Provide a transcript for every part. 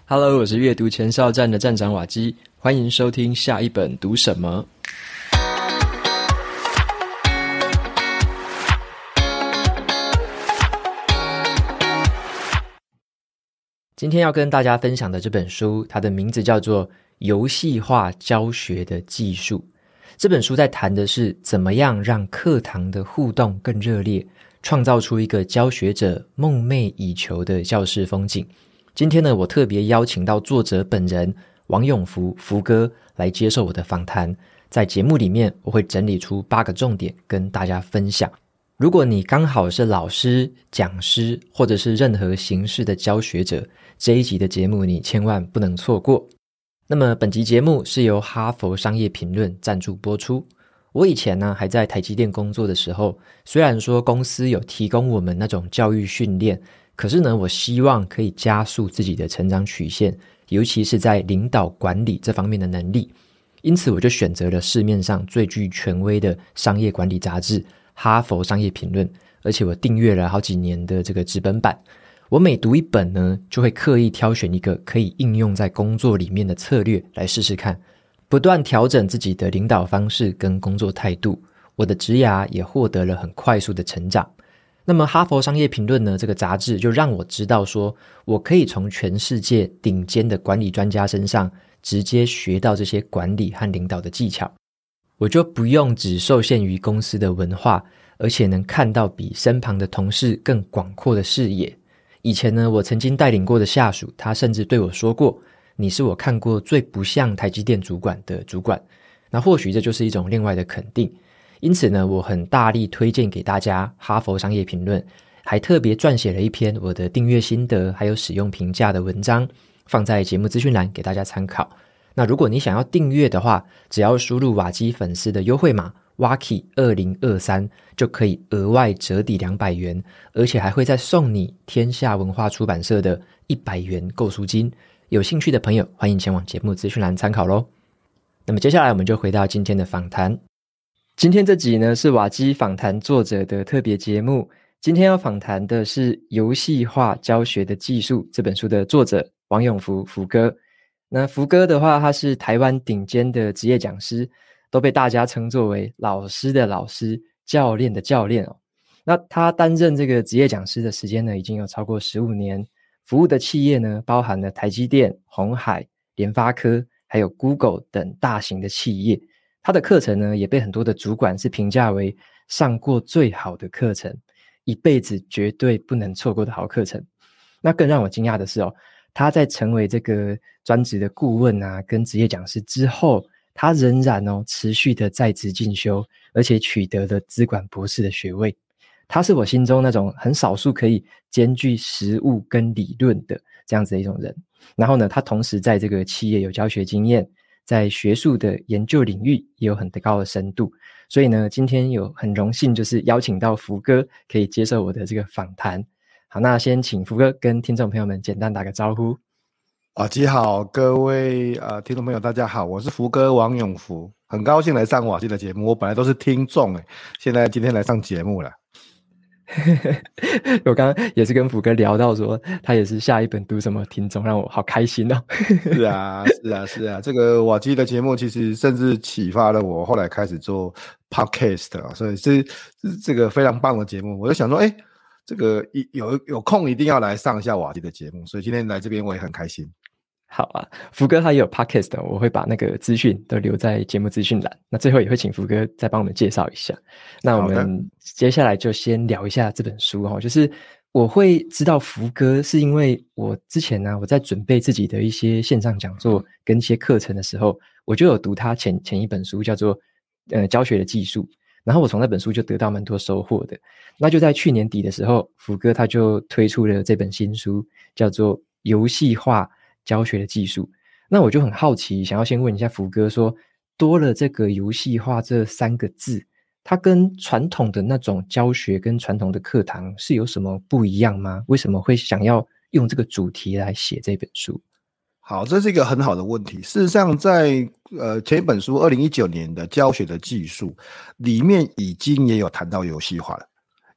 Hello， 我是阅读前哨站的站长瓦基，欢迎收听下一本读什么。今天要跟大家分享的这本书，它的名字叫做《游戏化教学的技术》。这本书在谈的是怎么样让课堂的互动更热烈，创造出一个教学者梦寐以求的教室风景。今天呢，我特别邀请到作者本人王永福福哥来接受我的访谈。在节目里面，我会整理出8个重点跟大家分享。如果你刚好是老师、讲师或者是任何形式的教学者，这一集的节目你千万不能错过。那么本集节目是由哈佛商业评论赞助播出。我以前呢还在台积电工作的时候，虽然说公司有提供我们那种教育训练，可是呢我希望可以加速自己的成长曲线，尤其是在领导管理这方面的能力。因此我就选择了市面上最具权威的商业管理杂志哈佛商业评论，而且我订阅了好几年的这个纸本版。我每读一本呢，就会刻意挑选一个可以应用在工作里面的策略来试试看，不断调整自己的领导方式跟工作态度。我的职涯也获得了很快速的成长。那么哈佛商业评论呢，这个杂志就让我知道说，我可以从全世界顶尖的管理专家身上直接学到这些管理和领导的技巧。我就不用只受限于公司的文化，而且能看到比身旁的同事更广阔的视野。以前呢，我曾经带领过的下属，他甚至对我说过，你是我看过最不像台积电主管的主管。那或许这就是一种另外的肯定。因此呢，我很大力推荐给大家哈佛商业评论，还特别撰写了一篇我的订阅心得还有使用评价的文章，放在节目资讯栏给大家参考。那如果你想要订阅的话，只要输入瓦基粉丝的优惠码 WAKI2023 就可以额外折抵200元，而且还会再送你天下文化出版社的100元购书金。有兴趣的朋友欢迎前往节目资讯栏参考咯。那么接下来我们就回到今天的访谈。今天这集呢是瓦基访谈作者的特别节目。今天要访谈的是《游戏化教学的技术》这本书的作者王永福福哥。那福哥的话，他是台湾顶尖的职业讲师，都被大家称作为老师的老师、教练的教练哦。那他担任这个职业讲师的时间呢，已经有超过15年，服务的企业呢，包含了台积电、鸿海、联发科，还有 Google 等大型的企业。他的课程呢，也被很多的主管是评价为上过最好的课程，一辈子绝对不能错过的好课程。那更让我惊讶的是他在成为这个专职的顾问啊，跟职业讲师之后，他仍然持续的在职进修，而且取得了资管博士的学位。他是我心中那种很少数可以兼具实务跟理论的这样子的一种人。然后呢，他同时在这个企业有教学经验，在学术的研究领域也有很高的深度。所以呢，今天有很荣幸就是邀请到福哥可以接受我的这个访谈。好，那先请福哥跟听众朋友们简单打个招呼。 瓦基好，各位听众朋友大家好，我是福哥王永福，很高兴来上瓦基的节目。我本来都是听众今天来上节目了。 我刚刚也是跟福哥聊到说，他也是下一本读什么听众，让我好开心哦。 是啊，这个瓦基的节目其实甚至启发了我后来开始做 podcast 所以是这个非常棒的节目。我就想说这个有空一定要来上一下瓦基的节目，所以今天来这边我也很开心。 好啊，福哥他也有 podcast， 我会把那个资讯都留在节目资讯栏，那最后也会请福哥再帮我们介绍一下。那我们接下来就先聊一下这本书就是我会知道福哥是因为我之前呢，我在准备自己的一些线上讲座跟一些课程的时候，我就有读他前一本书叫做教学的技术，然后我从那本书就得到蛮多收获的。那就在去年底的时候，福哥他就推出了这本新书，叫做游戏化教学的技术。那我就很好奇，想要先问一下福哥说，多了这个游戏化这3个字，它跟传统的那种教学跟传统的课堂是有什么不一样吗？为什么会想要用这个主题来写这本书？ 好，这是一个很好的问题。事实上在前一本书2019年的教学的技术里面已经也有谈到游戏化了。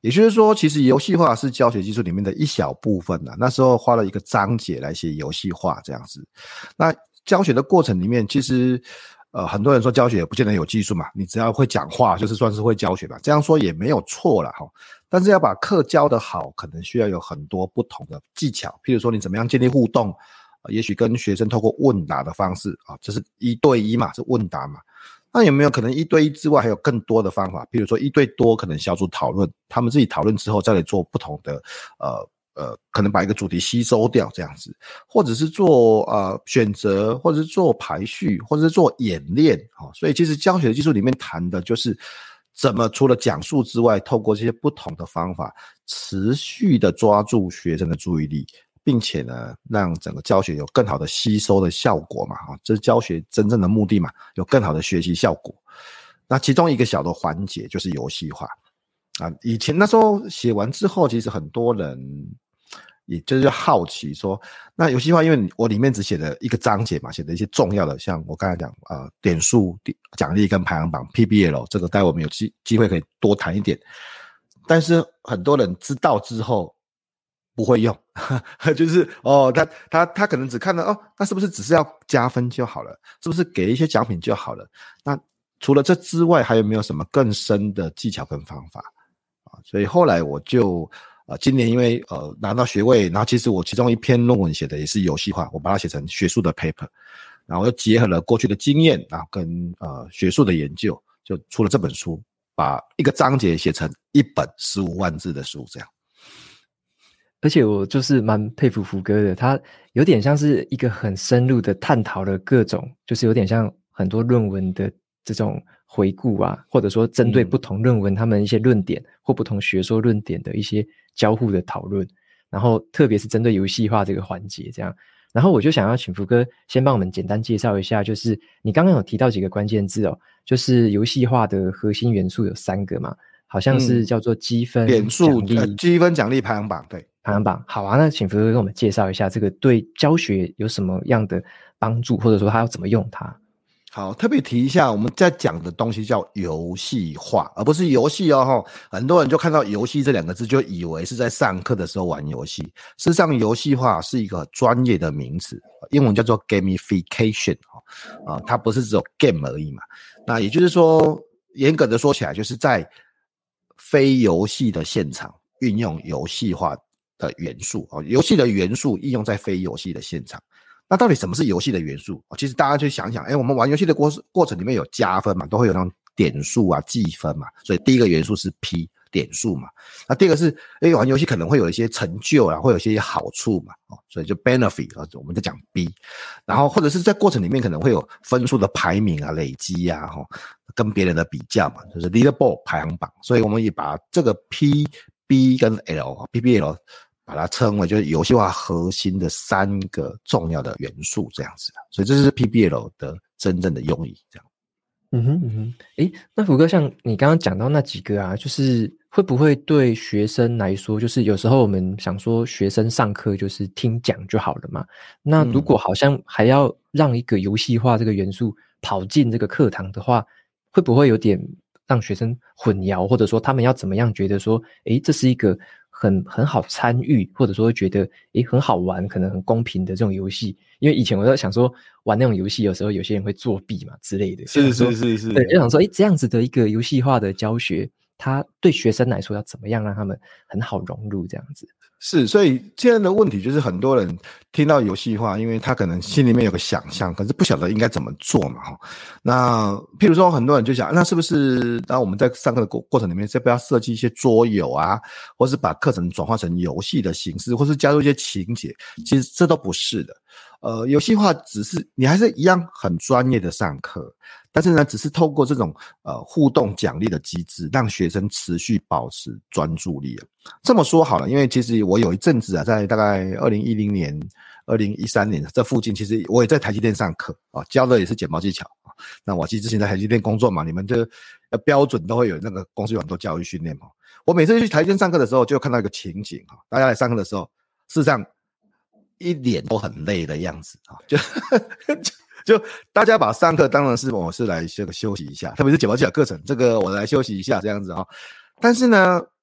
也就是说，其实游戏化是教学技术里面的一小部分那时候花了一个章节来写游戏化这样子。那教学的过程里面，其实很多人说教学也不见得有技术嘛，你只要会讲话就是算是会教学吧，这样说也没有错啦但是要把课教得好，可能需要有很多不同的技巧，譬如说你怎么样建立互动，也许跟学生透过问答的方式这是1对1嘛，是问答嘛。那有没有可能1对1之外还有更多的方法，比如说1对多可能小组讨论，他们自己讨论之后再来做不同的可能把一个主题吸收掉这样子，或者是做选择，或者是做排序，或者是做演练所以其实教学技术里面谈的就是怎么除了讲述之外，透过这些不同的方法持续的抓住学生的注意力，并且呢让整个教学有更好的吸收的效果嘛这是教学真正的目的嘛，有更好的学习效果。那其中一个小的环节就是游戏化以前那时候写完之后，其实很多人也就是好奇说，那游戏化因为我里面只写了一个章节嘛，写的一些重要的，像我刚才讲点数、奖励跟排行榜 PBL， 这个待会我们有机会可以多谈一点。但是很多人知道之后不会用就是他可能只看到那是不是只是要加分就好了，是不是给一些奖品就好了，那除了这之外还有没有什么更深的技巧跟方法所以后来我就今年因为拿到学位，然后其实我其中一篇论文写的也是游戏化，我把它写成学术的 paper， 然后又结合了过去的经验跟学术的研究，就出了这本书，把一个章节写成一本15万字的书这样。 而且我就是蛮佩服福哥的，他有点像是一个很深入的探讨了各种，就是有点像很多论文的这种回顾或者说针对不同论文他们一些论点或不同学说论点的一些交互的讨论，然后特别是针对游戏化这个环节这样。然后我就想要请福哥先帮我们简单介绍一下，就是你刚刚有提到几个关键字就是游戏化的核心元素有3个嘛，好像是叫做积分、 点数、 奖励、 积分、奖励、排行榜，对， 排行榜。好那请福哥跟我们介绍一下这个对教学有什么样的帮助，或者说他要怎么用它。 好，特别提一下，我们在讲的东西叫游戏化，而不是游戏很多人就看到游戏这2个字就以为是在上课的时候玩游戏，事实上游戏化是一个专业的名词，英文叫做 gamification 它不是只有 game 而已嘛。那也就是说，严格的说起来，就是在非游戏的现场运用游戏化的元素游戏的元素应用在非游戏的现场。那到底什么是游戏的元素其实大家去想想我们玩游戏的过程里面有加分嘛，都会有那种点数积分嘛，所以第一个元素是 P 点数嘛。那第二个是玩游戏可能会有一些成就会有一些好处嘛所以就 benefit 我们在讲 B。 然后或者是在过程里面可能会有分数的排名累积跟别人的比较嘛，就是 leaderboard 排行榜。所以我们也把这个 P B 跟 L PBL把它称为就是游戏化核心的3个重要的元素这样子。所以这是 PBL 的真正的用意这样。 那福哥像你刚刚讲到那几个就是会不会对学生来说，就是有时候我们想说学生上课就是听讲就好了嘛，那如果好像还要让一个游戏化这个元素跑进这个课堂的话，会不会有点让学生混淆，或者说他们要怎么样觉得说这是一个很好参与，或者说觉得很好玩，可能很公平的这种游戏。因为以前我在想说玩那种游戏有时候有些人会作弊嘛之类的， 是对，就想说这样子的一个游戏化的教学，它对学生来说要怎么样让他们很好融入这样子。 是，所以现在的问题就是很多人听到游戏化，因为他可能心里面有个想象，可是不晓得应该怎么做嘛那譬如说很多人就想，那是不是当我们在上课的过程里面，要不要设计一些桌游或是把课程转化成游戏的形式，或是加入一些情节，其实这都不是的。游戏化只是你还是一样很专业的上课，但是呢只是透过这种互动奖励的机制，让学生持续保持专注力这么说好了，因为其实我有一阵子在大概2010年2013年这附近，其实我也在台积电上课教的也是简报技巧那我其实之前在台积电工作嘛，你们这标准都会有那个公司有很多教育训练我每次去台积电上课的时候，就看到一个情景大家来上课的时候，事实上一脸都很累的样子就大家把上课当然是我是来休息一下，特别是简报技巧课程，这个我来休息一下这样子但是呢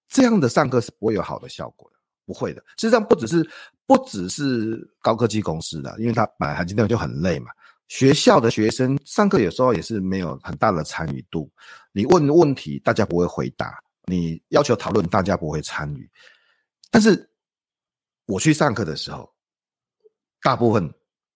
这样的上课是不会有好的效果的，不会的。事实上不只是高科技公司的，因为他本来含金量就很累嘛。学校的学生上课有时候也是没有很大的参与度，你问问题大家不会回答，你要求讨论大家不会参与。但是我去上课的时候，大部分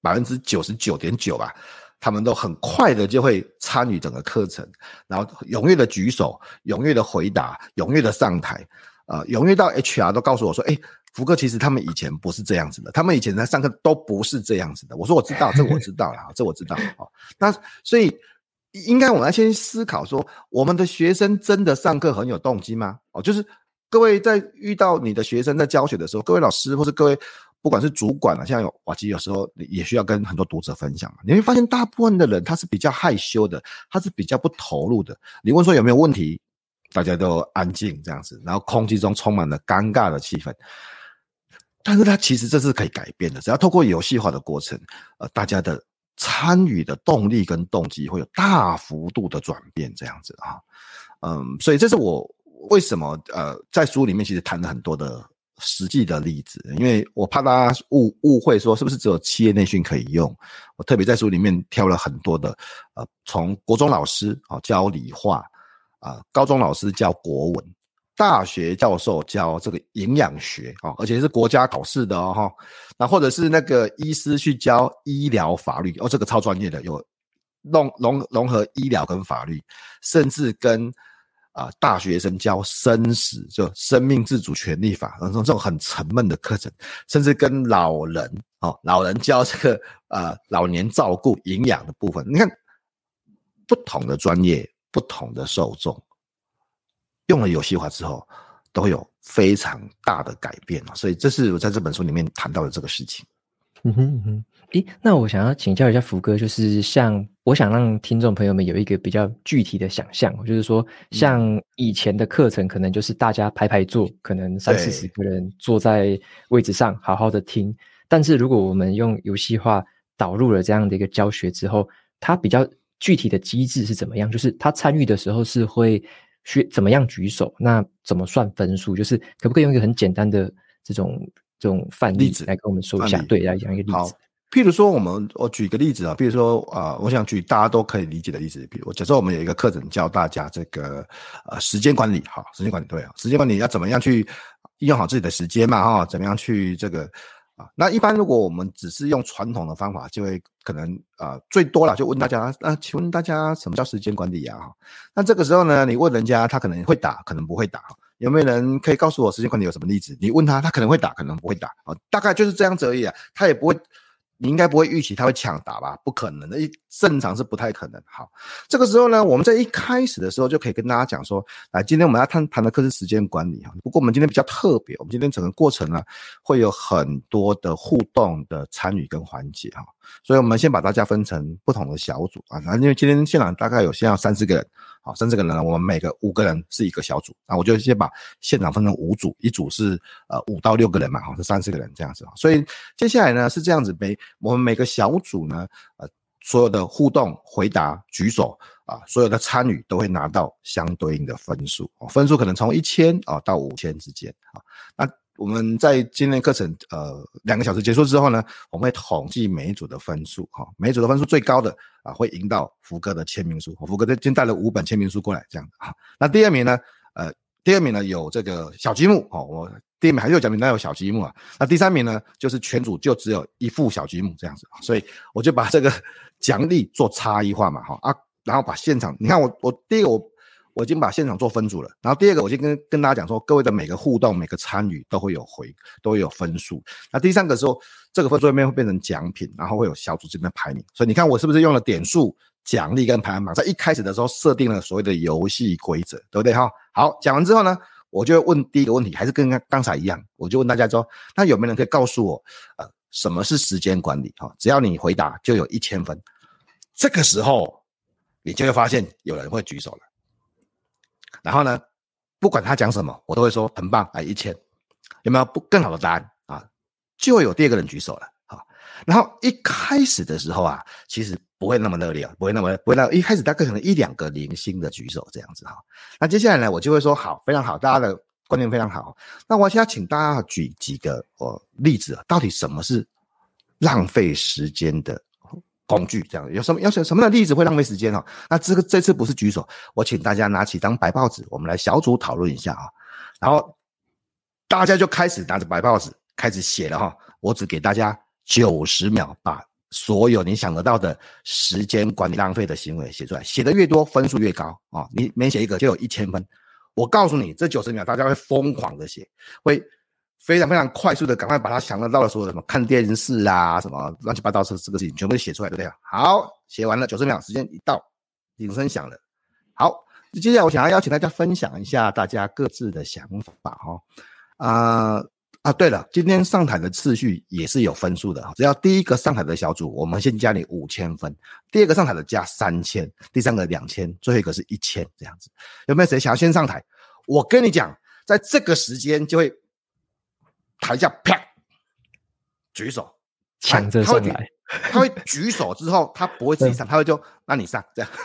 99.9% 吧，他们都很快的就会参与整个课程，然后踊跃的举手，踊跃的回答，踊跃的上台，踊跃到 HR 都告诉我说，福哥，其实他们以前不是这样子的，他们以前在上课都不是这样子的。我说我知道，这我知道啦，这我知道。那所以应该我们要先思考说，我们的学生真的上课很有动机吗？就是各位在遇到你的学生在教学的时候，各位老师或是各位不管是主管啊，像瓦基有时候也需要跟很多读者分享嘛，你会发现大部分的人他是比较害羞的，他是比较不投入的。你问说有没有问题，大家都安静这样子，然后空气中充满了尴尬的气氛。但是它其实这是可以改变的，只要透过游戏化的过程，大家的参与的动力跟动机会有大幅度的转变，这样子啊，所以这是我为什么在书里面其实谈了很多的实际的例子，因为我怕大家误会说是不是只有企业内训可以用，我特别在书里面挑了很多的从国中老师教理化高中老师教国文。大学教授教这个营养学而且是国家考试的那或者是那个医师去教医疗法律这个超专业的，有融合医疗跟法律，甚至跟大学生教生死，就生命自主权利法，这种很沉闷的课程，甚至跟老人教这个老年照顾营养的部分。你看不同的专业，不同的受众。用了游戏化之后都会有非常大的改变，所以这是我在这本书里面谈到的这个事情。 那我想要请教一下福哥，就是像我想让听众朋友们有一个比较具体的想象，就是说像以前的课程可能就是大家排坐，可能30-40个人坐在位置上好好的听，但是如果我们用游戏化导入了这样的一个教学之后，它比较具体的机制是怎么样？就是他参与的时候是会怎么样举手，那怎么算分数，就是可不可以用一个很简单的这种范例来跟我们说一下？对，来讲一个例子。 好，譬如说我举个例子譬如说我想举大家都可以理解的例子，比如假设我们有一个课程教大家这个时间管理，好，时间管理对时间管理要怎么样去利用好自己的时间嘛怎么样去这个那一般如果我们只是用传统的方法，就会可能最多啦就问大家请问大家什么叫时间管理那这个时候呢，你问人家他可能会答，可能不会答。有没有人可以告诉我时间管理有什么例子？你问他可能会答，可能不会答大概就是这样子而已他也不会，你应该不会预期他会抢答吧？不可能的，正常是不太可能。好，这个时候呢，我们在一开始的时候就可以跟大家讲说，今天我们要谈的课是时间管理不过我们今天比较特别，我们今天整个过程呢会有很多的互动的参与跟环节所以我们先把大家分成不同的小组因为今天现场大概有现在30个人30个人呢，我们每个5个人是一个小组我就先把现场分成5组，一组是5到6个人嘛是30个人这样子所以接下来呢是这样子，我们每个小组呢所有的互动回答举手所有的参与都会拿到相对应的分数分数可能从1000到5000之间那我们在今天课程2个小时结束之后呢，我们会统计每一组的分数每一组的分数最高的会赢到福哥的签名书。福哥今天带了5本签名书过来这样那第二名呢有这个小积木我第一名还是有奖品，但有小积木那第3名呢就是全组就只有1副小积木这样子所以我就把这个奖励做差异化嘛然后把现场，你看我第一个我已经把现场做分组了，然后第二个我就跟大家讲说，各位的每个互动每个参与都会有分数。那第3个时候，这个分数里面会变成奖品，然后会有小组之间的排名。所以你看我是不是用了点数、奖励跟排行榜，在一开始的时候设定了所谓的游戏规则，对不对好，讲完之后呢，我就问第一个问题，还是跟刚才一样，我就问大家说，那有没有人可以告诉我什么是时间管理只要你回答就有1000分。这个时候你就会发现有人会举手了。然后呢，不管他讲什么，我都会说很棒，1000，有没有更好的答案就有第二个人举手了然后一开始的时候其实不会那么热烈不会那么一开始大概可能1-2个零星的举手这样子那接下来呢，我就会说好，非常好，大家的观念非常好。那我现在请大家举几个例子，到底什么是浪费时间的工具？这样有什么的例子会浪费时间？那这次不是举手，我请大家拿起张白报纸，我们来小组讨论一下然后大家就开始拿着白报纸开始写了我只给大家90秒，把所有你想得到的时间管理浪费的行为写出来，写的越多分数越高你每写一个就有1000分。我告诉你，这90秒大家会疯狂的写，会非常非常快速的赶快把他想得到的所有什么看电视啊，什么乱七八糟这个事情全部写出来，对不对？好，写完了90秒，时间一到，铃声响了。好，接下来我想要邀请大家分享一下大家各自的想法对了，今天上台的次序也是有分数的，只要第一个上台的小组，我们先加你5000分；第二个上台的加3000，第三个2000，最后一个是1000，这样子。有没有谁想要先上台？我跟你讲，在这个时间就会台下啪举手， 抢着上来。 他会举手之后，他不会自己上，他会就那你上这样，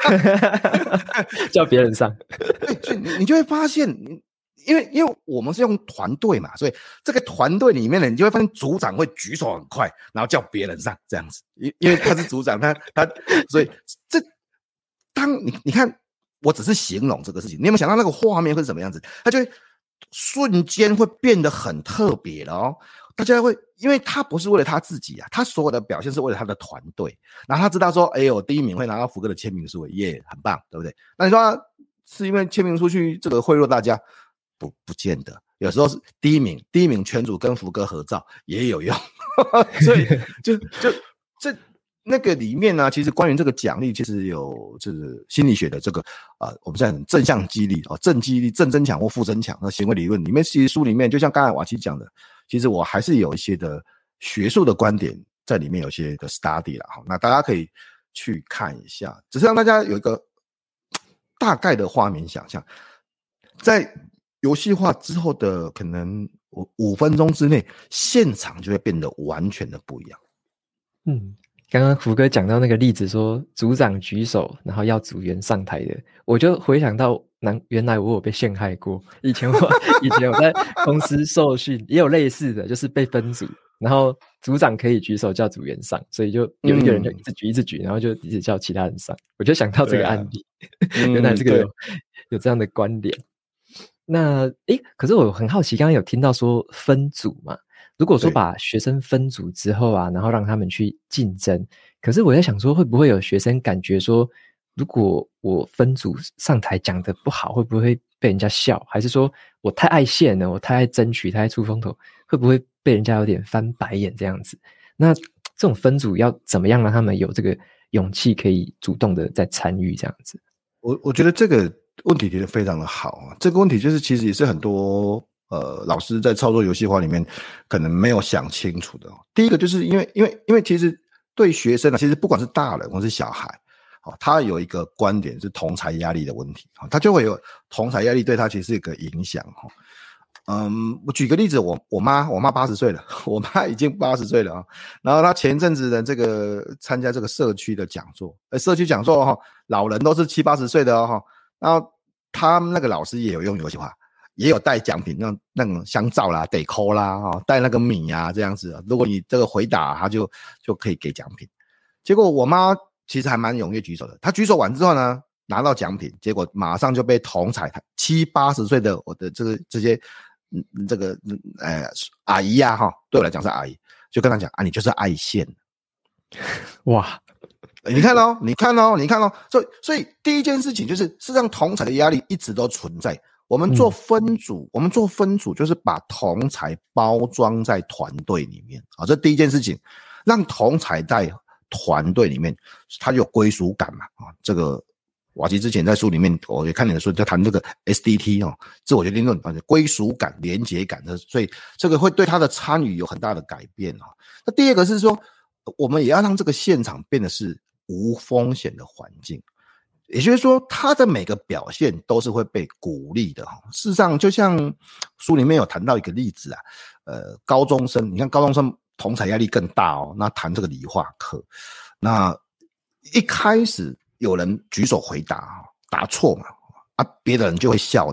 叫别人上。 对，所以你就会发现。因为我们是用团队嘛，所以这个团队里面呢，你就会发现组长会举手很快，然后叫别人上这样子，因为他是组长，他所以当你看，我只是形容这个事情，你有没有想到那个画面会是什么样子？他就会瞬间会变得很特别了大家会，因为他不是为了他自己他所有的表现是为了他的团队，然后他知道说，我第1名会拿到福哥的签名书，耶，很棒，对不对？那你说是因为签名书去这个贿赂大家？不见得，有时候是第一名全组跟福哥合照也有用，所以就这那个里面呢，其实关于这个奖励，其实有这个心理学的这个我们在正向激励正激励、正增强或负增强的行为理论里面，其实书里面就像刚才瓦基讲的，其实我还是有一些的学术的观点在里面，有些的 study 啦那大家可以去看一下，只是让大家有一个大概的画面想象，在游戏化之后的可能5分钟之内，现场就会变得完全的不一样。 刚刚福哥讲到那个例子说组长举手然后要组员上台的，我就回想到原来我有被陷害过。以前我在公司受训也有类似的，就是被分组，然后组长可以举手叫组员上，所以就有一个人就一直举，然后就一直叫其他人上。我就想到这个案例原来这个有这样的关联。那可是我很好奇，刚刚有听到说分组嘛，如果说把学生分组之后然后让他们去竞争，可是我在想说会不会有学生感觉说，如果我分组上台讲得不好，会不会被人家笑？还是说我太爱现了，我太爱争取，太爱出风头，会不会被人家有点翻白眼这样子？那这种分组要怎么样让他们有这个勇气可以主动的在参与这样子？ 我觉得这个问题提得非常的好这个问题就是其实也是很多老师在操作游戏化里面可能没有想清楚的第一个就是因为其实对学生其实不管是大人或是小孩他有一个观点是同侪压力的问题他就会有同侪压力对他其实是一个影响我举个例子，我妈80岁了，我妈已经80岁了然后她前阵子的这个参加这个社区的讲座，社区讲座老人都是70-80岁的然后他们那个老师也有用游戏化，也有带奖品，那种香皂啦、得扣啦带那个米这样子如果你这个回答他就可以给奖品。结果我妈其实还蛮踊跃举手的，她举手完之后呢，拿到奖品，结果马上就被同侪70-80岁的我的这些这个阿姨对我来讲是阿姨，就跟他讲你就是爱现。 哇， 你看所以第一件事情就是事实上同侪的压力一直都存在。我们做分组就是把同侪包装在团队里面这第一件事情，让同侪在团队里面他有归属感嘛这个瓦基之前在书里面我也看你的书在谈这个 SDT 自我决定论归属感、连结感所以这个会对他的参与有很大的改变那第二个是说我们也要让这个现场变得是无风险的环境，也就是说他的每个表现都是会被鼓励的事实上就像书里面有谈到一个例子高中生，你看高中生同侪压力更大那谈这个理化课，那一开始有人举手回答答错嘛别的人就会笑他，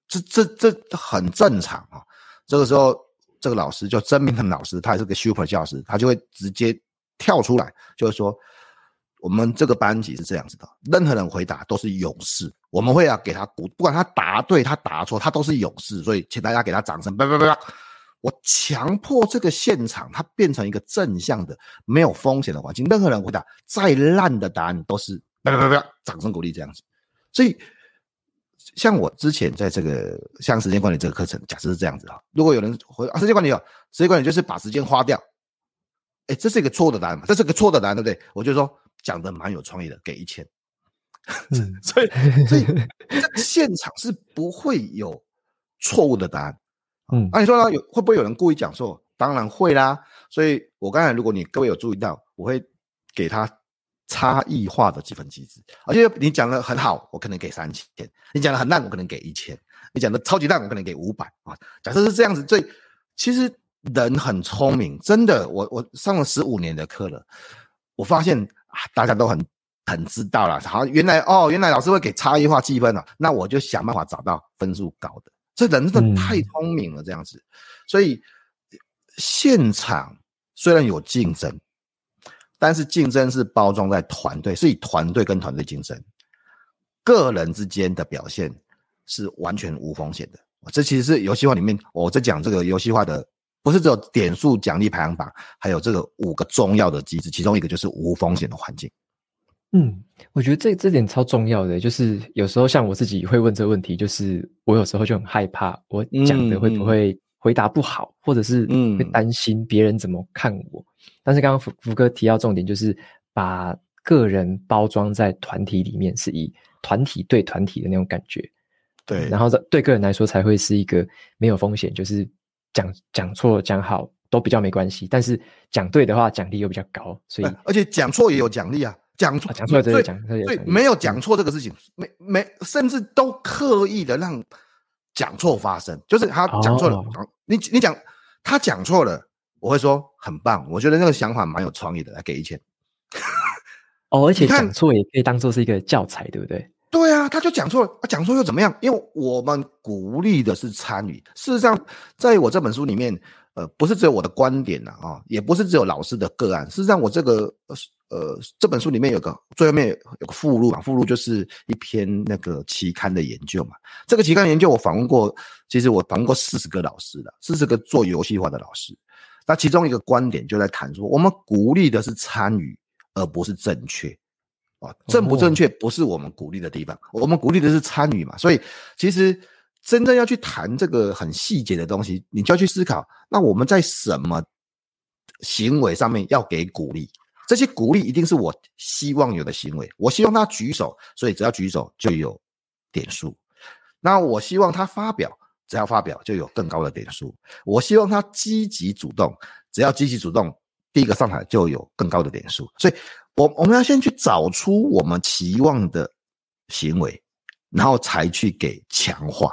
这很正常啊。这个时候，这个老师就曾明恒老师，他也是个 super 教师，他就会直接跳出来，就是说，我们这个班级是这样子的，任何人回答都是勇士，我们会要给他鼓，不管他答对，他答错，他都是勇士，所以请大家给他掌声。我强迫这个现场，它变成一个正向的、没有风险的环境，任何人回答再烂的答案都是掌声鼓励这样子。所以，像我之前在这个像时间管理这个课程，假设是这样子啊，如果有人回时间管理哦，时间管理就是把时间花掉，这是一个错的答案嘛？这是个错的答案，对不对？我就说讲的蛮有创意的，给1000。所以这个现场是不会有错误的答案。你说呢？会不会有人故意讲错？当然会啦。所以我刚才如果各位有注意到，我会给他差异化的积分机制，而且你讲的很好，我可能给3000；你讲的很烂，我可能给1000；你讲的超级烂，我可能给500啊。假设是这样子，所以其实人很聪明，真的。我上了15年的课了，我发现大家都很知道了。好，原来老师会给差异化积分了，那我就想办法找到分数高的。这人真的太聪明了，这样子。所以现场虽然有竞争，但是竞争是包装在团队，是以团队跟团队竞争，个人之间的表现是完全无风险的。这其实是游戏化里面我在讲这个游戏化的，不是只有点数奖励排行榜，还有这个5个重要的机制，其中一个就是无风险的环境。 我觉得这点超重要的，就是有时候像我自己会问这个问题，就是我有时候就很害怕我讲的会不会回答不好，或者是会担心别人怎么看我。但是刚刚福哥提到重点，就是把个人包装在团体里面，是以团体对团体的那种感觉。 对， 然后对个人来说才会是一个没有风险，就是讲错讲好都比较没关系，但是讲对的话奖励又比较高，所以而且讲错也有奖励啊。讲错对， 没有讲错这个事情，甚至都刻意的让讲错发生，就是他讲错了，你讲他讲错了，我会说很棒，我觉得那个想法蛮有创意的，来给1000。 而且讲错也可以当做是一个教材，对不对？ 对啊，他就讲错了，讲错又怎么样？因为我们鼓励的是参与。事实上，在我这本书里面，不是只有我的观点也不是只有老师的个案。事实上，我这本书里面最后面有个附录嘛，附录就是一篇那个期刊的研究嘛。这个期刊研究我访问过，其实我访问过40个老师的，40个做游戏化的老师。那其中一个观点就在谈说，我们鼓励的是参与，而不是正确。正不正确不是我们鼓励的地方，我们鼓励的是参与嘛。所以其实真正要去谈这个很细节的东西，你就要去思考，那我们在什么行为上面要给鼓励？这些鼓励一定是我希望有的行为，我希望他举手，所以只要举手就有点数。那我希望他发表，只要发表就有更高的点数。我希望他积极主动，只要积极主动，第一个上台就有更高的点数。所以我们要先去找出我们期望的行为，然后才去给强化。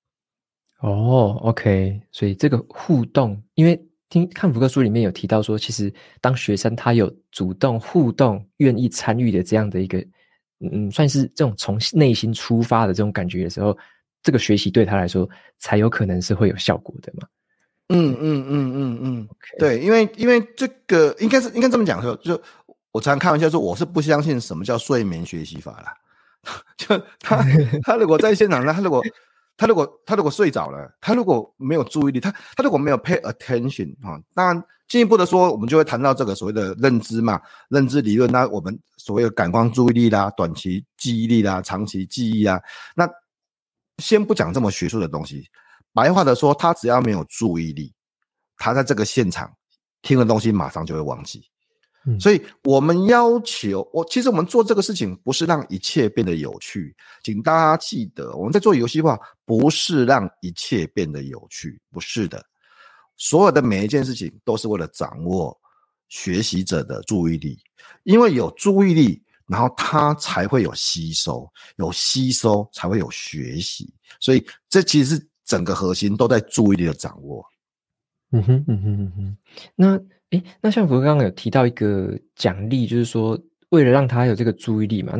OK， 所以这个互动，因为看福哥书里面有提到说，其实当学生他有主动互动、愿意参与的这样的一个，算是这种从内心出发的这种感觉的时候，这个学习对他来说才有可能是会有效果的嘛。 对，因为这个应该这么讲，就我常常开玩笑说，我是不相信什么叫睡眠学习法啦。就他如果在现场，他如果睡着了，他如果没有注意力，他如果没有 pay attention 当然进一步的说，我们就会谈到这个所谓的认知嘛，认知理论。那我们所谓的感官注意力啦、短期记忆力啦、长期记忆啊，那先不讲这么学术的东西，白话的说，他只要没有注意力，他在这个现场听的东西马上就会忘记。所以我们要求其实我们做这个事情不是让一切变得有趣，请大家记得，我们在做游戏化不是让一切变得有趣，不是的。所有的每一件事情都是为了掌握学习者的注意力，因为有注意力，然后他才会有吸收，有吸收才会有学习，所以这其实是整个核心都在注意力的掌握。 那像福哥刚刚有提到一个奖励，就是说为了让他有这个注意力嘛，那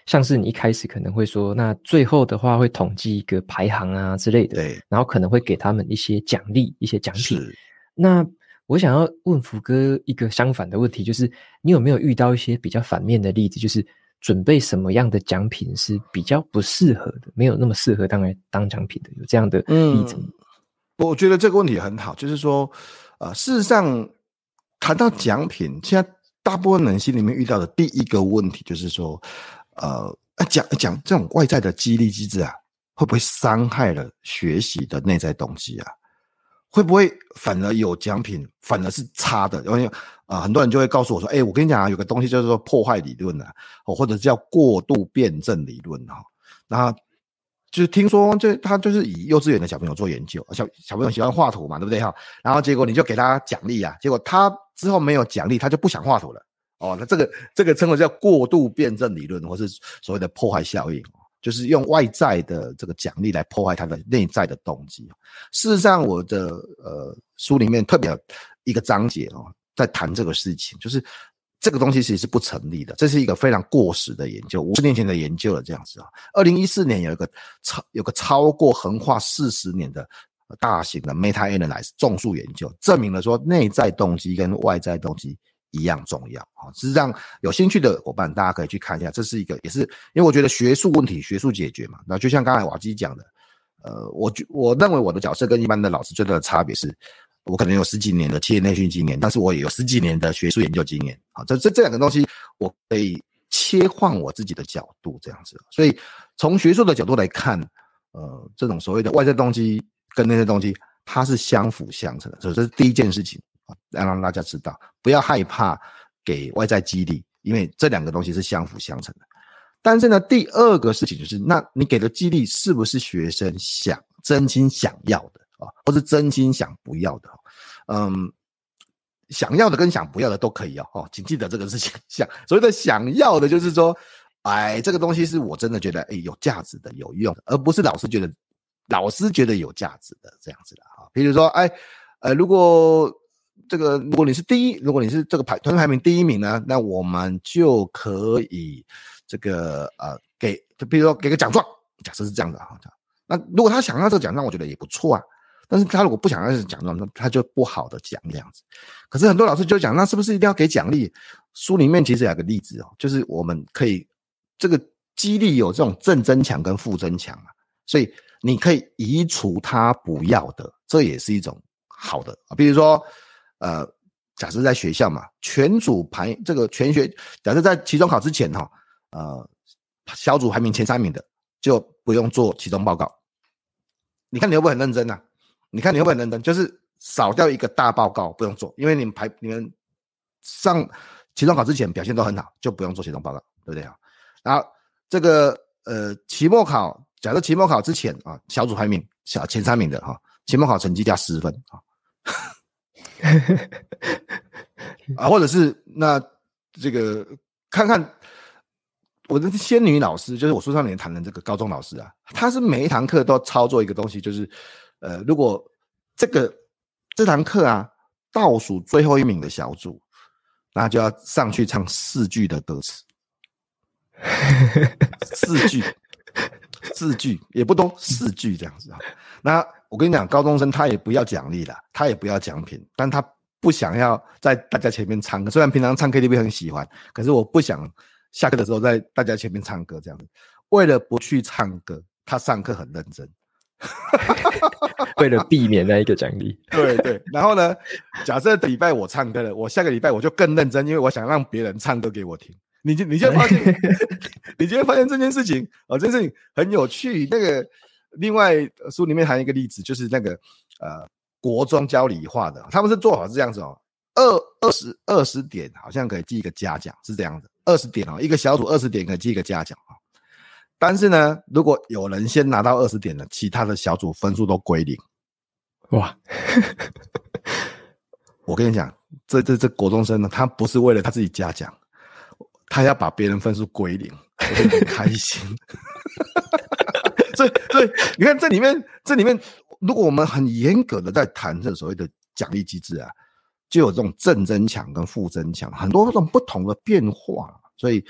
像是你一开始可能会说，那最后的话会统计一个排行啊之类的， 对， 然后可能会给他们一些奖励、一些奖品。 是。 那我想要问福哥一个相反的问题，就是你有没有遇到一些比较反面的例子，就是准备什么样的奖品是比较不适合的，没有那么适合当奖品的，有这样的例子吗？ 我觉得这个问题很好，就是说，事实上谈到奖品，现在大部分人心里面遇到的第一个问题就是说，讲这种外在的激励机制啊，会不会伤害了学习的内在动机啊？会不会反而有奖品反而是差的？因为很多人就会告诉我说，我跟你讲啊，有个东西叫做破坏理论啊，或者叫过度辩证理论哈。那就是听说他就是以幼稚园的小朋友做研究，小朋友喜欢画图嘛，对不对哈？然后结果你就给他奖励啊，结果他之后没有奖励，他就不想画图了。那这个称为叫过度辩证理论，或是所谓的破坏效应。就是用外在的这个奖励来破坏他的内在的动机。事实上，我的书里面特别有一个章节在谈这个事情，就是这个东西其实是不成立的，这是一个非常过时的研究，50年前的研究了这样子啊。2014年有个超过横跨40年的大型的 meta-analysis 众数研究，证明了说内在动机跟外在动机一样重要。事实上有兴趣的伙伴大家可以去看一下，这是一个也是因为我觉得学术问题学术解决嘛，那就像刚才瓦基讲的，我认为我的角色跟一般的老师最大的差别是，我可能有10几年的企业内训经验，但是我也有10几年的学术研究经验。这两个东西我可以切换我自己的角度这样子。所以从学术的角度来看，这种所谓的外在动机跟内在动机它是相辅相成的，这是第一件事情，让大家知道不要害怕给外在激励，因为这两个东西是相辅相成的。但是呢，第二个事情就是，那你给的激励是不是学生真心想要的或是真心想不要的？想要的跟想不要的都可以请记得这个事情。所谓的想要的就是说，这个东西是我真的觉得有价值的、有用的，而不是老师觉得有价值的这样子的比如说，如果你是第一，如果你是这个团队排名第一名呢，那我们就可以就比如说给个奖状，假设是这样的那如果他想要这个奖状，我觉得也不错啊。但是他如果不想要这个奖状，他就不好的讲这样子。可是很多老师就讲，那是不是一定要给奖励？书里面其实有个例子就是我们可以这个激励有这种正增强跟负增强所以你可以移除他不要的，这也是一种好的比如说假设在学校嘛，全组假设在期中考之前小组排名前3名的就不用做期中报告。你看你会不会很认真你看你会不会很认真？就是少掉一个大报告不用做，因为你们上期中考之前表现都很好，就不用做期中报告，对不对然后这个期末考，假设期末考之前小组排名前3名的期末考成绩加10分或者是那这个看看我的仙女老师，就是我书上面谈的这个高中老师他是每一堂课都操作一个东西，就是如果这堂课倒数最后1名的小组，那就要上去唱4句的歌词4句也不多，4句这样子那我跟你讲，高中生他也不要奖励啦，他也不要奖品，但他不想要在大家前面唱歌。虽然平常唱 KTV 很喜欢，可是我不想下课的时候在大家前面唱歌这样子。为了不去唱歌，他上课很认真为了避免那一个奖励。 对对，然后呢，假设礼拜我唱歌了，我下个礼拜我就更认真，因为我想让别人唱歌给我听。你就会发现你就会发现这件事情这件事情很有趣。那个另外书里面还有一个例子，就是那个国中教理化的，他们是做法是这样子20点好像可以记一个嘉奖，是这样的，20点一个小组20点可以记一个嘉奖但是呢，如果有人先拿到20点了，其他的小组分数都归0。 哇！ 我跟你讲，这国中生呢，他不是为了他自己嘉奖，他要把别人分数归0，我就很开心。所以你看这里面，如果我们很严格的在谈这所谓的奖励机制就有这种正增强跟负增强，很多种不同的变化。所以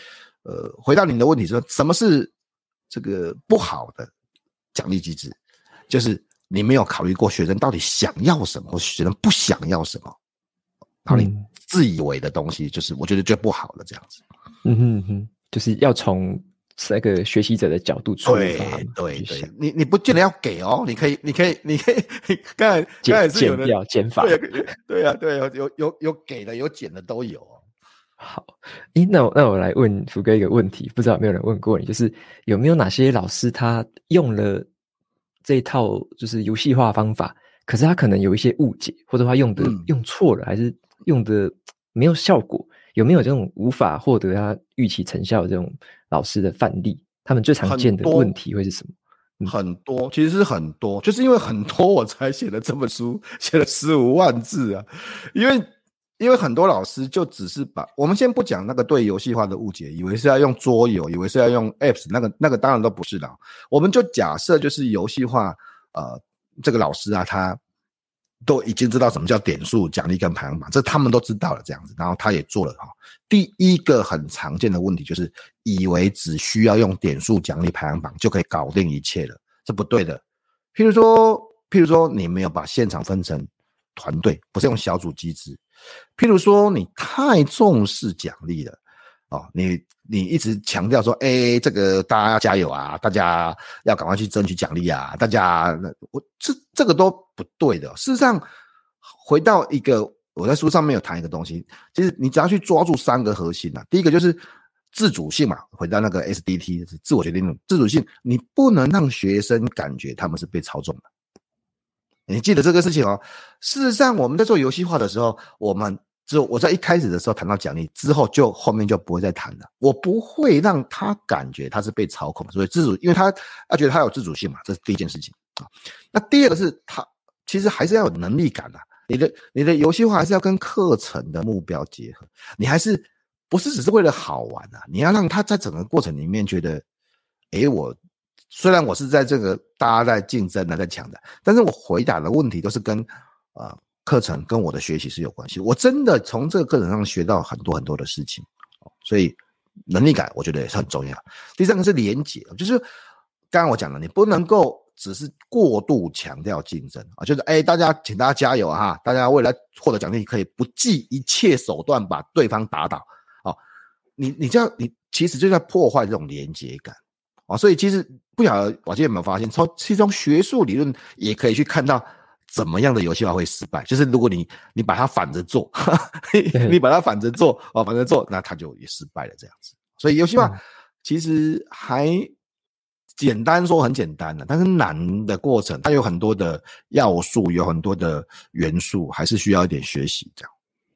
回到你的问题说，什么是这个不好的奖励机制？就是你没有考虑过学生到底想要什么，或学生不想要什么，然后你自以为的东西，就是我觉得就不好了，这样子。 就是要从那个学习者的角度出发。 对，你不见得要给哦，你可以，刚才是有的减法。 对啊，有给的，有减的都有哦。 好，那我来问福哥一个问题，不知道有没有人问过你，就是有没有哪些老师他用了这一套就是游戏化方法，可是他可能有一些误解，或者他用错了，还是用的没有效果？有没有这种无法获得他预期成效的这种老师的范例？他们最常见的问题会是什么？ 很多，其实是很多，就是因为很多我才写了这本书，写了15万字啊。因为很多老师就只是把我们先不讲那个对游戏化的误解，以为是要用桌游，以为是要用 apps， 那个当然都不是的。我们就假设就是游戏化，这个老师啊，他都已经知道什么叫点数、奖励跟排行榜，这他们都知道了这样子，然后他也做了哈。第一个很常见的问题就是以为只需要用点数、奖励、排行榜就可以搞定一切了，这不对的。譬如说你没有把现场分成团队，不是用小组机制。譬如说你太重视奖励了哦，你一直强调说，这个大家要加油啊，大家要赶快去争取奖励啊，大家这个都不对的。事实上，回到一个我在书上面有谈一个东西，其实你只要去抓住3个核心啊，第一个就是自主性嘛，回到那个 SDT 自我决定论，自主性，你不能让学生感觉他们是被操纵的。你记得这个事情哦。事实上，我们在做游戏化的时候，我在一开始的时候谈到奖励之后，后面就不会再谈了。我不会让他感觉他是被操控，所以因为他觉得他有自主性嘛，这是第一件事情啊。那第二个是他其实还是要有能力感啊。你的游戏化还是要跟课程的目标结合，你还是不是只是为了好玩啊？你要让他在整个过程里面觉得，虽然我是在这个大家在竞争在抢的，但是我回答的问题都是跟课程跟我的学习是有关系。我真的从这个课程上学到很多很多的事情，所以能力感我觉得也是很重要。第三个是连结，就是刚刚我讲了，你不能够只是过度强调竞争啊，就是请大家加油啊，大家为了获得奖励可以不计一切手段把对方打倒啊，你其实就在破坏这种连结感啊。所以其实不晓得我今天有没有发现，从学术理论也可以去看到怎么样的游戏化会失败，就是如果你把它反着做你把它反着做，那它就也失败了这样子。所以游戏化其实还简单说很简单的，但是难的过程它有很多的要素，有很多的元素，还是需要一点学习这样。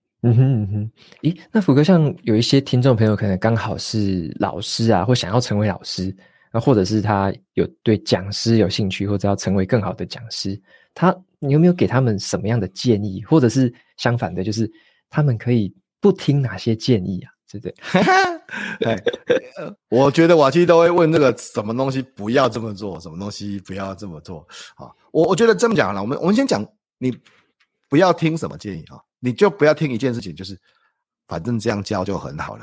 那福哥，像有一些听众朋友可能刚好是老师啊，或想要成为老师，或者是他有对讲师有兴趣，或者要成为更好的讲师，你有没有给他们什么样的建议，或者是相反的，就是他们可以不听哪些建议啊？对不对？ 我觉得我其实都会问这个什么东西不要这么做，什么东西不要这么做啊。我觉得这么讲好了，我们先讲你不要听什么建议啊，你就不要听一件事情，就是反正这样教就很好了。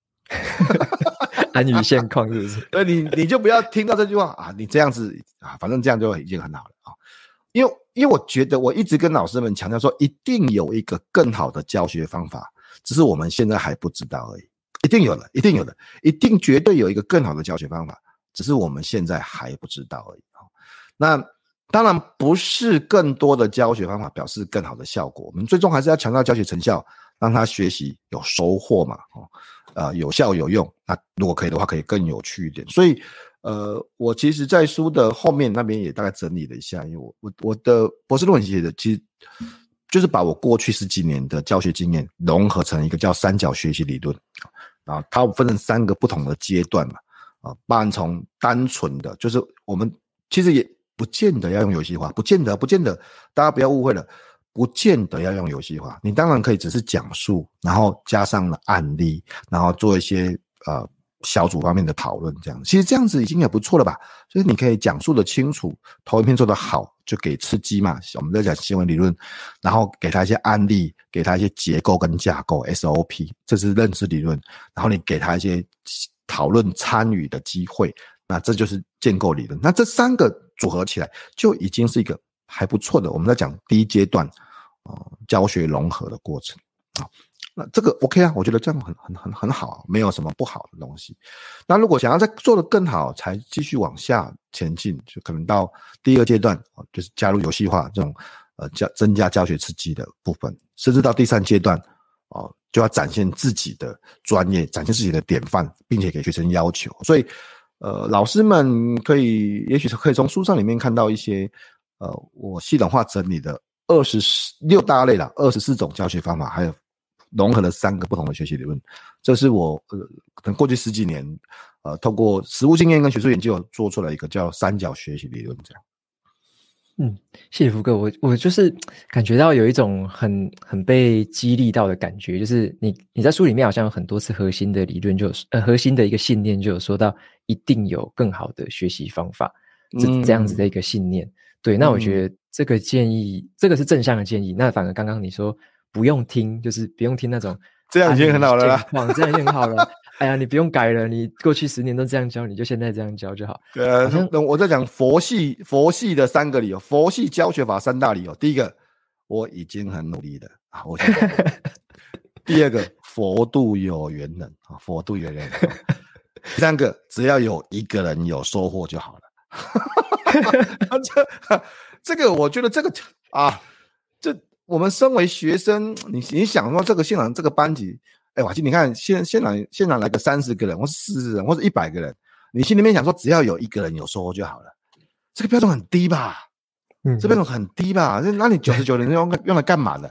安于现况是不是？ 对，你就不要听到这句话啊，你这样子啊，反正这样就已经很好了啊。因为我觉得我一直跟老师们强调说，一定有一个更好的教学方法，只是我们现在还不知道而已。一定有的，一定绝对有一个更好的教学方法，只是我们现在还不知道而已。那当然不是更多的教学方法表示更好的效果，我们最终还是要强调教学成效，让他学习有收获嘛，有效有用。那如果可以的话，可以更有趣一点。所以我其实在书的后面那边也大概整理了一下，因为我的博士论文写的其实就是把我过去10几年的教学经验融合成一个叫三角学习理论，然后它分成3个不同的阶段嘛，包含从单纯的，就是我们其实也不见得要用游戏化，不见得，大家不要误会了，不见得要用游戏化，你当然可以只是讲述，然后加上了案例，然后做一些小组方面的讨论，这样其实这样子已经也不错了吧。所以你可以讲述的清楚，投影片做得好，就给刺激嘛，我们在讲新闻理论，然后给他一些案例，给他一些结构跟架构 SOP， 这是认知理论，然后你给他一些讨论参与的机会，那这就是建构理论。那这3个组合起来就已经是一个还不错的，我们在讲第一阶段教学融合的过程啊。那这个 OK 啊，我觉得这样很好啊，没有什么不好的东西。那如果想要再做得更好，才继续往下前进，就可能到第2阶段就是加入游戏化这种增加教学刺激的部分，甚至到第3阶段就要展现自己的专业，展现自己的典范，并且给学生要求。所以老师们也许可以从书上里面看到一些我系统化整理的26大类啦，24种教学方法，还有融合了3个不同的学习理论。这是我可能过去10几年透过实务经验跟学术研究做出来一个叫3角学习理论这样。 谢谢福哥，我就是感觉到有一种很被激励到的感觉，就是你在书里面好像有很多次核心的理论核心的一个信念就有说到一定有更好的学习方法，这样子的一个信念。对，那我觉得这个建议，这个是正向的建议。那反而刚刚你说不用听，就是不用听那种这样已经很好了啦， 这样已经很好了。哎呀，你不用改了，你过去10年都这样教，你就现在这样教就好。 我在讲佛系的3个理由，佛系教学法3大理由。第一个，我已经很努力了啊，第二个，佛度有缘人啊，佛度有缘人。第3个，只要有一个人有收获就好了。这个我觉得这个我们身为学生，你想说这个现场这个班级，瓦基，你看现场来个30个人，或是40人，或是100个人，你心里面想说只要有一个人有收获就好了，这个标准很低吧？这标准很低吧？那你99人用来干嘛的？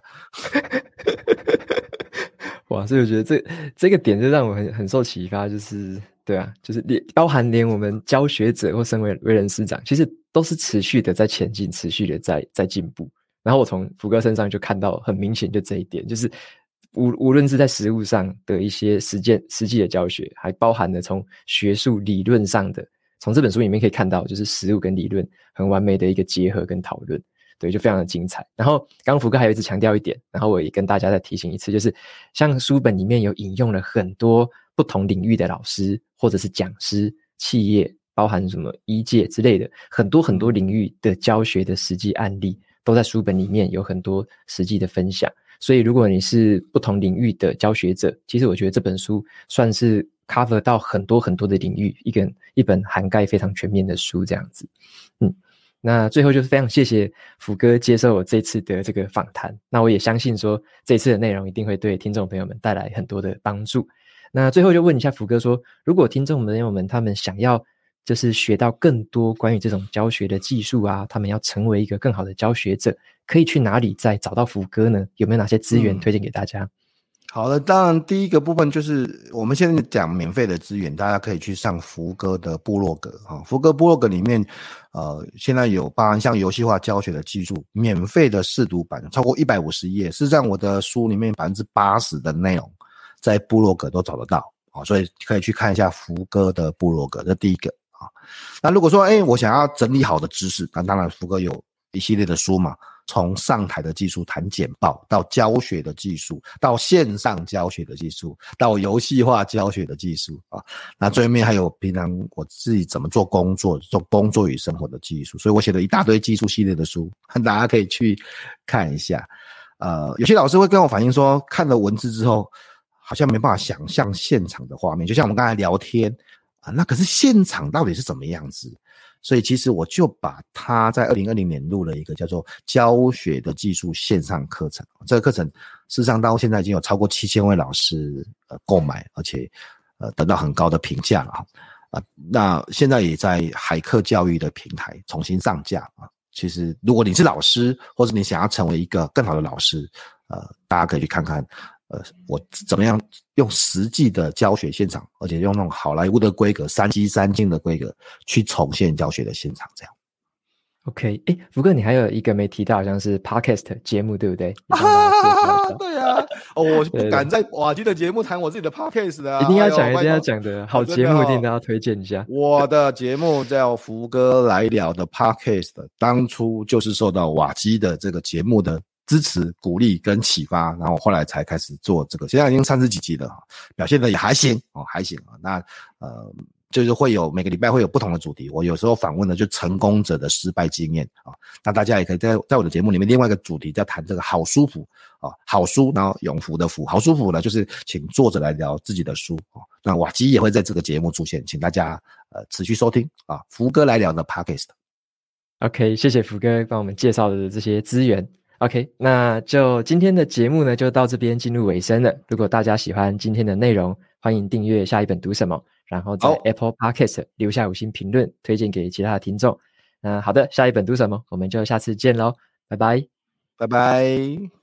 哇，所以我觉得这个点就让我很受启发，就是对啊，就是包含连我们教学者或身为人师长，其实都是持续的在前进，持续的在进步。然后我从福哥身上就看到很明显就这一点，就是无论是在实务上的一些实际的教学，还包含了从学术理论上的，从这本书里面可以看到，就是实务跟理论很完美的一个结合跟讨论，对，就非常的精彩。然后刚刚福哥还有一直强调一点，然后我也跟大家再提醒一次，就是像书本里面有引用了很多不同领域的老师或者是讲师、企业，包含什么医界之类的，很多领域的教学的实际案例都在书本里面有很多实际的分享。所以如果你是不同领域的教学者，其实我觉得这本书算是 cover 到很多的领域，一本涵盖非常全面的书这样子。那最后就是非常谢谢福哥接受我这次的这个访谈，那我也相信说这次的内容一定会对听众朋友们带来很多的帮助。那最后就问一下福哥说，如果听众朋友们他们想要就是学到更多关于这种教学的技术啊，他们要成为一个更好的教学者，可以去哪里再找到福哥呢？有没有哪些资源推荐给大家？ 好的，当然第一个部分就是我们现在讲免费的资源，大家可以去上福哥的部落格啊。福哥部落格里面现在有包含像游戏化教学的技术，免费的试读版超过150页，事实上我的书里面80%的内容在部落格都找得到啊，所以可以去看一下福哥的部落格，这第一个啊。那如果说我想要整理好的知识，那当然福哥有一系列的书嘛，从上台的技术谈简报，到教学的技术，到线上教学的技术，到游戏化教学的技术啊。那最后面还有平常我自己怎么做工作与生活的技术，所以我写了一大堆技术系列的书，大家可以去看一下。有些老师会跟我反映说，看了文字之后好像没办法想象现场的画面，就像我们刚才聊天那可是现场到底是怎么样子？所以其实我就把它在2020年录了一个叫做教学的技术线上课程，这个课程事实上到现在已经有超过7000位老师购买，而且得到很高的评价了那现在也在海客教育的平台重新上架其实如果你是老师，或者你想要成为一个更好的老师大家可以去看看我怎么样用实际的教学现场，而且用那种好莱坞的规格3G 3镜的规格去重现教学的现场这样。 OK， 福哥你还有一个没提到，好像是 Podcast 节目对不对？ 对啊，我不敢在瓦基的节目谈我自己的 Podcast 的一定要讲的好节目一定都要推荐一下。 我的节目叫福哥来聊的 Podcast， 当初就是受到瓦基的这个节目的支持、鼓励跟启发，然后我后来才开始做这个，现在已经30几集了，表现的也还行还行啊。那就是会有每个礼拜会有不同的主题，我有时候访问的就成功者的失败经验那大家也可以在我的节目里面另外一个主题在谈这个好舒服好书，然后永福的福，好舒服呢就是请作者来聊自己的书那瓦基也会在这个节目出现，请大家持续收听福哥来聊的 Podcast。 OK， 谢谢福哥帮我们介绍的这些资源。OK， 那就今天的节目呢就到这边进入尾声了。如果大家喜欢今天的内容，欢迎订阅下一本读什么，然后在 Apple Podcast 留下5星评论，推荐给其他的听众。好的，下一本读什么，我们就下次见咯，拜拜。 拜拜。